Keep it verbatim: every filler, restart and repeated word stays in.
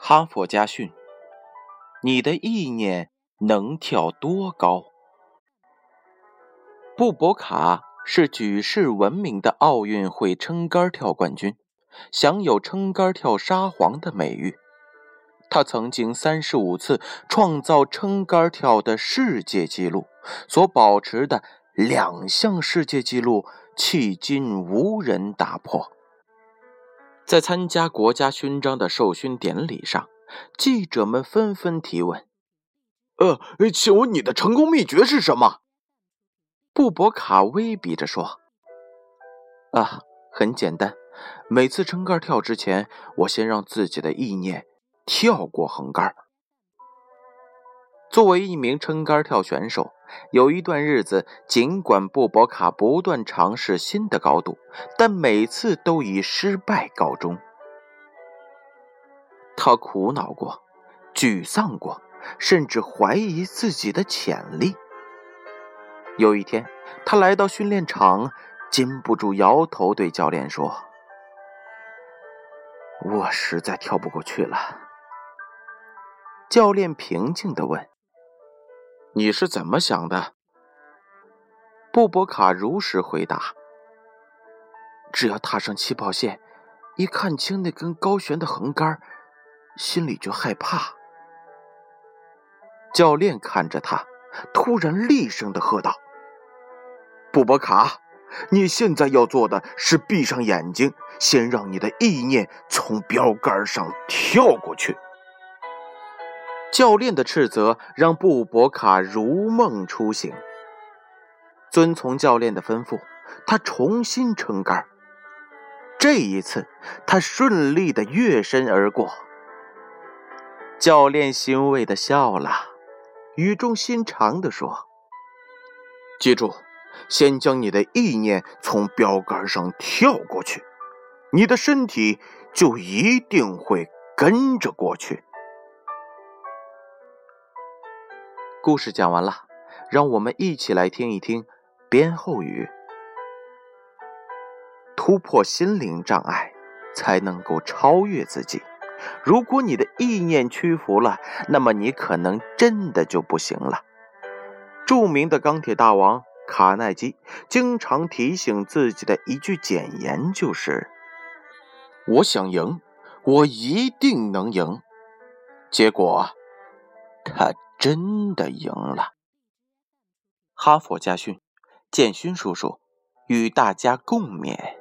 哈佛家训：你的意念能跳多高？布博卡是举世闻名的奥运会撑杆跳冠军，享有撑杆跳沙皇的美誉。他曾经三十五次创造撑杆跳的世界纪录，所保持的两项世界纪录迄今无人打破。在参加国家勋章的授勋典礼上，记者们纷纷提问： 呃，请问你的成功秘诀是什么？ 布博卡威逼着说：啊，很简单，每次撑杆跳之前，我先让自己的意念跳过横杆。作为一名撑杆跳选手，有一段日子，尽管布博卡不断尝试新的高度，但每次都以失败告终。他苦恼过，沮丧过，甚至怀疑自己的潜力。有一天，他来到训练场，禁不住摇头对教练说：我实在跳不过去了。教练平静地问：你是怎么想的？布博卡如实回答：只要踏上起跑线，一看清那根高悬的横杆，心里就害怕。教练看着他，突然厉声地喝道：布博卡，你现在要做的是闭上眼睛，先让你的意念从标杆上跳过去。教练的斥责让布博卡如梦初醒，遵从教练的吩咐，他重新撑杆。这一次，他顺利地跃身而过。教练欣慰地笑了，语重心长地说：记住，先将你的意念从标杆上跳过去，你的身体就一定会跟着过去。故事讲完了，让我们一起来听一听编后语。突破心灵障碍，才能够超越自己。如果你的意念屈服了，那么你可能真的就不行了。著名的钢铁大王卡耐基经常提醒自己的一句简言就是：我想赢，我一定能赢。结果他真的赢了。哈佛家训，建勋叔叔与大家共勉。